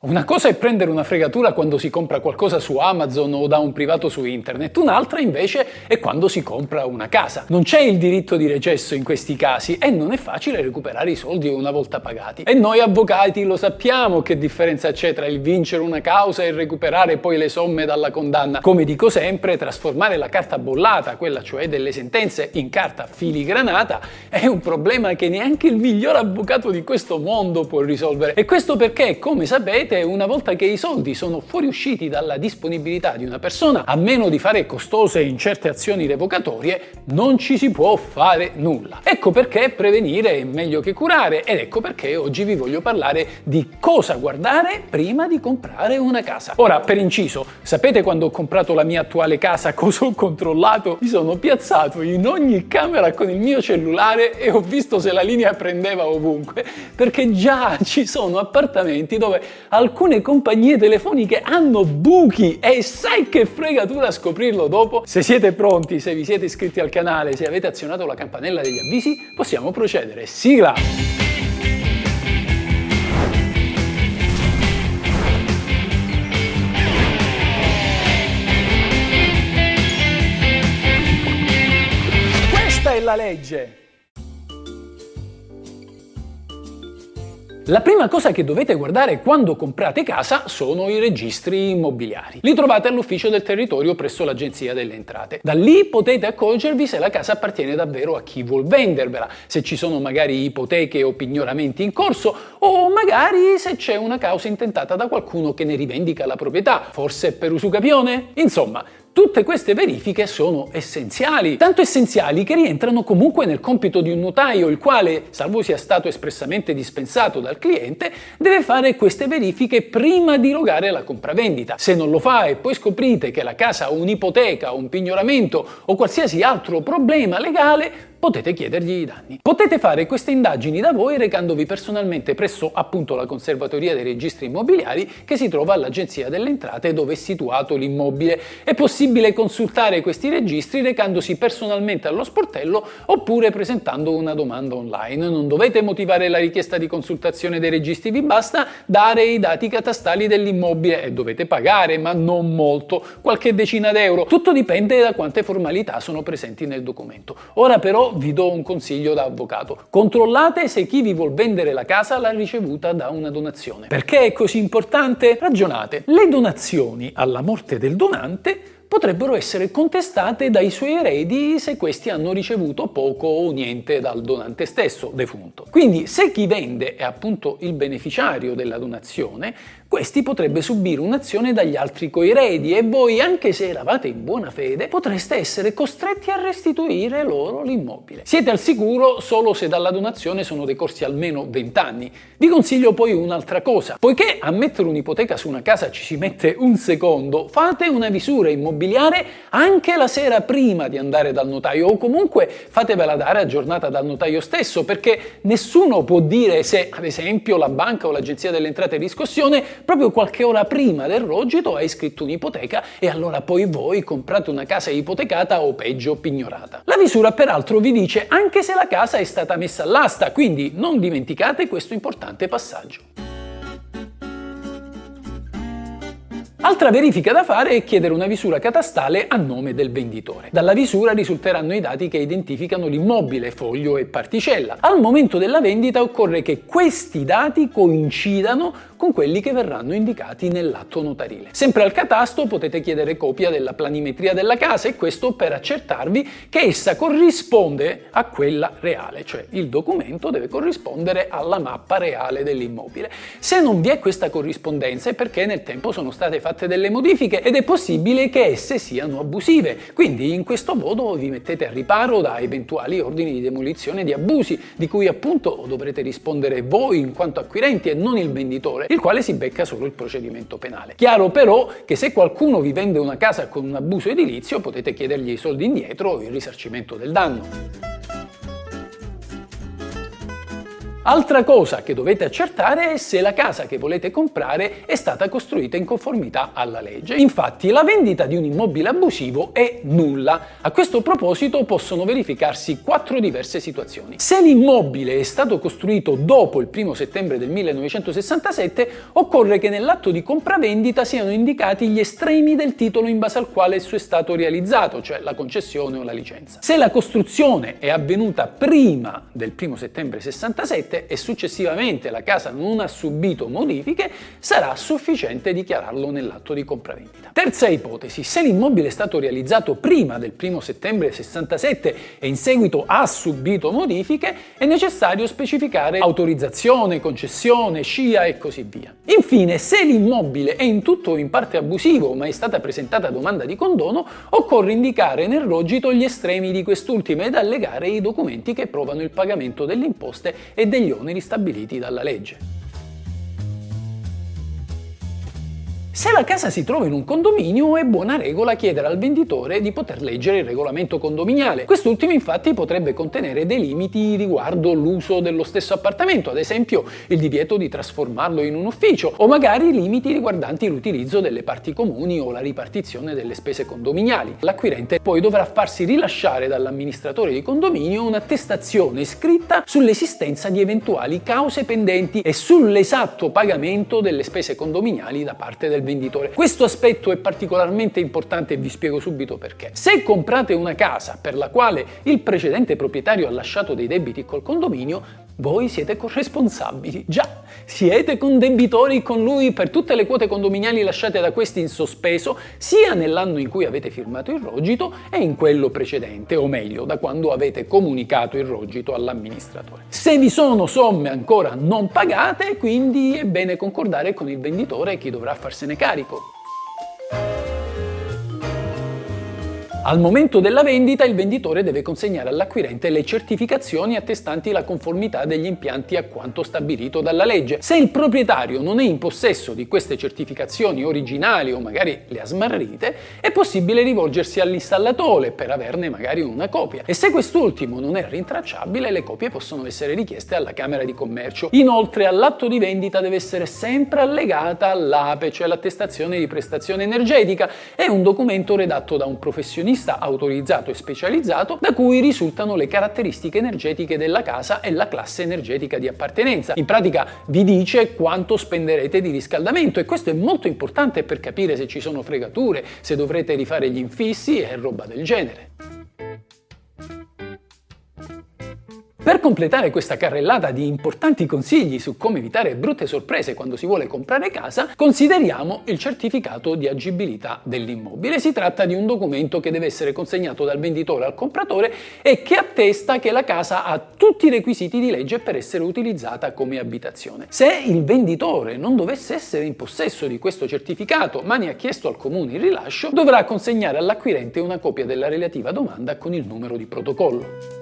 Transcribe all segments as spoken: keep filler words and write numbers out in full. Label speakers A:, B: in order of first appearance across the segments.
A: Una cosa è prendere una fregatura quando si compra qualcosa su Amazon o da un privato su internet, un'altra invece è quando si compra una casa. Non c'è il diritto di recesso in questi casi e non è facile recuperare i soldi una volta pagati. E noi avvocati lo sappiamo che differenza c'è tra il vincere una causa e recuperare poi le somme dalla condanna. Come dico sempre, trasformare la carta bollata, quella cioè delle sentenze, in carta filigranata è un problema che neanche il miglior avvocato di questo mondo può risolvere. E questo perché, come sapete, una volta che i soldi sono fuoriusciti dalla disponibilità di una persona, a meno di fare costose e incerte azioni revocatorie, non ci si può fare nulla. Ecco perché prevenire è meglio che curare ed ecco perché oggi vi voglio parlare di cosa guardare prima di comprare una casa. Ora, per inciso, sapete quando ho comprato la mia attuale casa cosa ho controllato? Mi sono piazzato in ogni camera con il mio cellulare e ho visto se la linea prendeva ovunque, perché già ci sono appartamenti dove alcune compagnie telefoniche hanno buchi e sai che fregatura scoprirlo dopo? Se siete pronti, se vi siete iscritti al canale, se avete azionato la campanella degli avvisi, possiamo procedere. Sigla! Questa è la legge! La prima cosa che dovete guardare quando comprate casa sono i registri immobiliari. Li trovate all'ufficio del territorio presso l'Agenzia delle Entrate. Da lì potete accorgervi se la casa appartiene davvero a chi vuol vendervela, se ci sono magari ipoteche o pignoramenti in corso o magari se c'è una causa intentata da qualcuno che ne rivendica la proprietà, forse per usucapione? Insomma, tutte queste verifiche sono essenziali, tanto essenziali che rientrano comunque nel compito di un notaio, il quale, salvo sia stato espressamente dispensato dal cliente, deve fare queste verifiche prima di erogare la compravendita. Se non lo fa e poi scoprite che la casa ha un'ipoteca, un pignoramento o qualsiasi altro problema legale, potete chiedergli i danni. Potete fare queste indagini da voi recandovi personalmente presso appunto la Conservatoria dei Registri Immobiliari che si trova all'Agenzia delle Entrate dove è situato l'immobile. È possibile consultare questi registri recandosi personalmente allo sportello oppure presentando una domanda online. Non dovete motivare la richiesta di consultazione dei registri, vi basta dare i dati catastali dell'immobile e dovete pagare, ma non molto, qualche decina d'euro. Tutto dipende da quante formalità sono presenti nel documento. Ora però vi do un consiglio da avvocato. Controllate se chi vi vuol vendere la casa l'ha ricevuta da una donazione. Perché è così importante? Ragionate. Le donazioni alla morte del donante potrebbero essere contestate dai suoi eredi se questi hanno ricevuto poco o niente dal donante stesso, defunto. Quindi se chi vende è appunto il beneficiario della donazione, questi potrebbe subire un'azione dagli altri coeredi e voi, anche se eravate in buona fede, potreste essere costretti a restituire loro l'immobile. Siete al sicuro solo se dalla donazione sono decorsi almeno venti anni. Vi consiglio poi un'altra cosa. Poiché a mettere un'ipoteca su una casa ci si mette un secondo, fate una visura immobiliare anche la sera prima di andare dal notaio o comunque fatevela dare aggiornata dal notaio stesso, perché nessuno può dire se, ad esempio, la banca o l'Agenzia delle Entrate e Riscossione proprio qualche ora prima del rogito ha iscritto un'ipoteca e allora poi voi comprate una casa ipotecata o peggio pignorata. La visura peraltro vi dice anche se la casa è stata messa all'asta, quindi non dimenticate questo importante passaggio. Altra verifica da fare è chiedere una visura catastale a nome del venditore. Dalla visura risulteranno i dati che identificano l'immobile, foglio e particella. Al momento della vendita occorre che questi dati coincidano con quelli che verranno indicati nell'atto notarile. Sempre al catasto potete chiedere copia della planimetria della casa e questo per accertarvi che essa corrisponde a quella reale, cioè il documento deve corrispondere alla mappa reale dell'immobile. Se non vi è questa corrispondenza è perché nel tempo sono state fatte delle modifiche ed è possibile che esse siano abusive, quindi in questo modo vi mettete a riparo da eventuali ordini di demolizione di abusi, di cui appunto dovrete rispondere voi in quanto acquirenti e non il venditore, il quale si becca solo il procedimento penale. Chiaro però che se qualcuno vi vende una casa con un abuso edilizio potete chiedergli i soldi indietro o il risarcimento del danno. Altra cosa che dovete accertare è se la casa che volete comprare è stata costruita in conformità alla legge. Infatti la vendita di un immobile abusivo è nulla. A questo proposito possono verificarsi quattro diverse situazioni. Se l'immobile è stato costruito dopo il primo settembre del millenovecentosessantasette, occorre che nell'atto di compravendita siano indicati gli estremi del titolo in base al quale esso è stato realizzato, cioè la concessione o la licenza. Se la costruzione è avvenuta prima del primo settembre sessantasette e successivamente la casa non ha subito modifiche, sarà sufficiente dichiararlo nell'atto di compravendita. Terza ipotesi: se l'immobile è stato realizzato prima del primo settembre sessantasette e in seguito ha subito modifiche, è necessario specificare autorizzazione, concessione, scia e così via. Infine, se l'immobile è in tutto o in parte abusivo ma è stata presentata domanda di condono, occorre indicare nel rogito gli estremi di quest'ultima ed allegare i documenti che provano il pagamento delle imposte e degli oneri stabiliti dalla legge. Se la casa si trova in un condominio, è buona regola chiedere al venditore di poter leggere il regolamento condominiale. Quest'ultimo infatti potrebbe contenere dei limiti riguardo l'uso dello stesso appartamento, ad esempio il divieto di trasformarlo in un ufficio, o magari limiti riguardanti l'utilizzo delle parti comuni o la ripartizione delle spese condominiali. L'acquirente poi dovrà farsi rilasciare dall'amministratore di condominio un'attestazione scritta sull'esistenza di eventuali cause pendenti e sull'esatto pagamento delle spese condominiali da parte del venditore. Questo aspetto è particolarmente importante e vi spiego subito perché. Se comprate una casa per la quale il precedente proprietario ha lasciato dei debiti col condominio, voi siete corresponsabili. Già, siete condebitori con lui per tutte le quote condominiali lasciate da questi in sospeso, sia nell'anno in cui avete firmato il rogito e in quello precedente, o meglio, da quando avete comunicato il rogito all'amministratore. Se vi sono somme ancora non pagate, quindi è bene concordare con il venditore chi dovrà farsene carico. Al momento della vendita il venditore deve consegnare all'acquirente le certificazioni attestanti la conformità degli impianti a quanto stabilito dalla legge. Se il proprietario non è in possesso di queste certificazioni originali o magari le ha smarrite, è possibile rivolgersi all'installatore per averne magari una copia. E se quest'ultimo non è rintracciabile, le copie possono essere richieste alla Camera di Commercio. Inoltre all'atto di vendita deve essere sempre allegata l'A P E, cioè l'attestazione di prestazione energetica. È un documento redatto da un professionista autorizzato e specializzato, da cui risultano le caratteristiche energetiche della casa e la classe energetica di appartenenza. In pratica vi dice quanto spenderete di riscaldamento e questo è molto importante per capire se ci sono fregature, se dovrete rifare gli infissi e roba del genere. Per completare questa carrellata di importanti consigli su come evitare brutte sorprese quando si vuole comprare casa, consideriamo il certificato di agibilità dell'immobile. Si tratta di un documento che deve essere consegnato dal venditore al compratore e che attesta che la casa ha tutti i requisiti di legge per essere utilizzata come abitazione. Se il venditore non dovesse essere in possesso di questo certificato, ma ne ha chiesto al comune il rilascio, dovrà consegnare all'acquirente una copia della relativa domanda con il numero di protocollo.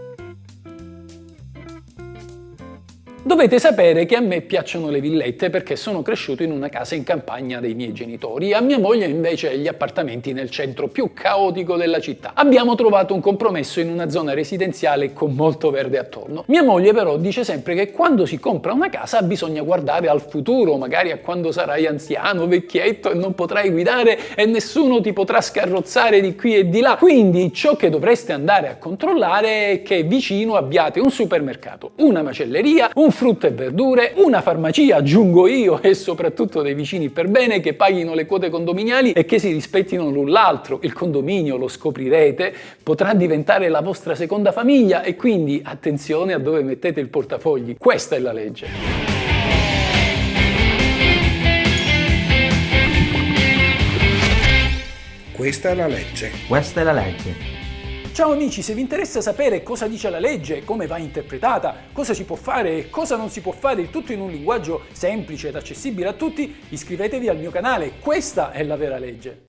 A: Dovete sapere che a me piacciono le villette perché sono cresciuto in una casa in campagna dei miei genitori, a mia moglie invece gli appartamenti nel centro più caotico della città. Abbiamo trovato un compromesso in una zona residenziale con molto verde attorno. Mia moglie però dice sempre che quando si compra una casa bisogna guardare al futuro, magari a quando sarai anziano, vecchietto e non potrai guidare e nessuno ti potrà scarrozzare di qui e di là. Quindi ciò che dovreste andare a controllare è che vicino abbiate un supermercato, una macelleria, un frutta e verdure, una farmacia, aggiungo io, e soprattutto dei vicini per bene che paghino le quote condominiali e che si rispettino l'un l'altro. Il condominio, lo scoprirete, potrà diventare la vostra seconda famiglia e quindi attenzione a dove mettete il portafogli. Questa è la legge.
B: Questa è la legge.
C: Questa è la legge.
A: Ciao amici, se vi interessa sapere cosa dice la legge, come va interpretata, cosa si può fare e cosa non si può fare, il tutto in un linguaggio semplice ed accessibile a tutti, iscrivetevi al mio canale. Questa è la vera legge.